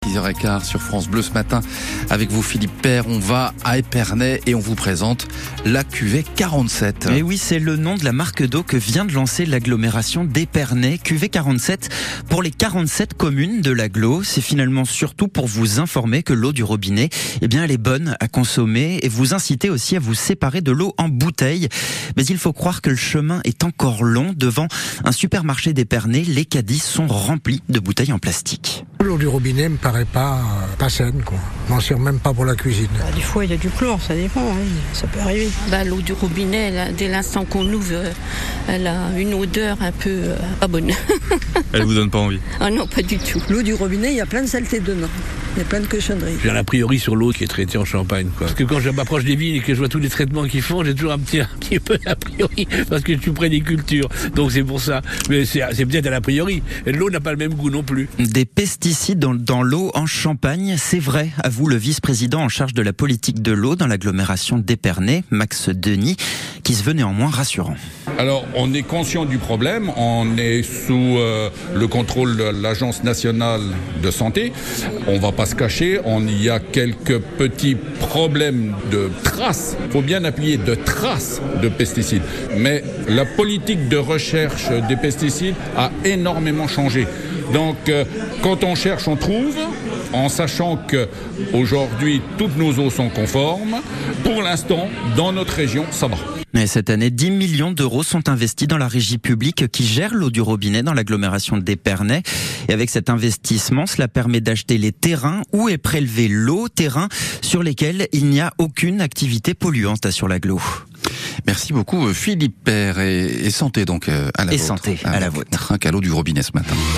6h15 sur France Bleu ce matin. Avec vous Philippe Père, on va à Épernay et on vous présente la cuvée 47. Et oui, c'est le nom de la marque d'eau que vient de lancer l'agglomération d'Épernay. Cuvée 47 pour les 47 communes de l'agglo. C'est finalement surtout pour vous informer que l'eau du robinet, elle est bonne à consommer et vous inciter aussi à vous séparer de l'eau en bouteille. Mais il faut croire que le chemin est encore long. Devant un supermarché d'Épernay, les caddies sont remplis de bouteilles en plastique. L'eau du robinet me paraît pas saine, quoi. Je m'en sers même pas pour la cuisine. Des fois, il y a du chlore, ça dépend, oui. Ça peut arriver. L'eau du robinet, là, dès l'instant qu'on l'ouvre, elle a une odeur un peu pas bonne. Elle vous donne pas envie? Ah non, pas du tout. L'eau du robinet, il y a plein de saleté dedans. Il y a plein de cochonneries. J'ai un a priori sur l'eau qui est traitée en Champagne, quoi. Parce que quand je m'approche des vignes et que je vois tous les traitements qu'ils font, j'ai toujours un petit peu d'a priori, parce que je suis près des cultures. Donc c'est pour ça. Mais c'est peut-être à l'a priori. Et l'eau n'a pas le même goût non plus. Des pesticides dans l'eau en Champagne, c'est vrai, avoue le vice-président en charge de la politique de l'eau dans l'agglomération d'Épernay, Max Denis, qui se veut néanmoins rassurant. Alors, on est conscient du problème, on est sous le contrôle de l'Agence nationale de santé. On va pas se cacher, il y a quelques petits problèmes de traces, il faut bien appuyer, de traces de pesticides. Mais la politique de recherche des pesticides a énormément changé. Donc, quand on cherche, on trouve, en sachant qu'aujourd'hui, toutes nos eaux sont conformes. Pour l'instant, dans notre région, ça va. Mais cette année, 10 millions d'euros sont investis dans la régie publique qui gère l'eau du robinet dans l'agglomération d'Épernay. Et avec cet investissement, cela permet d'acheter les terrains où est prélevée l'eau, terrains sur lesquels il n'y a aucune activité polluante sur l'agglo. Merci beaucoup Philippe Père et santé donc à la vôtre. Et santé à la vôtre. Un calot du robinet ce matin.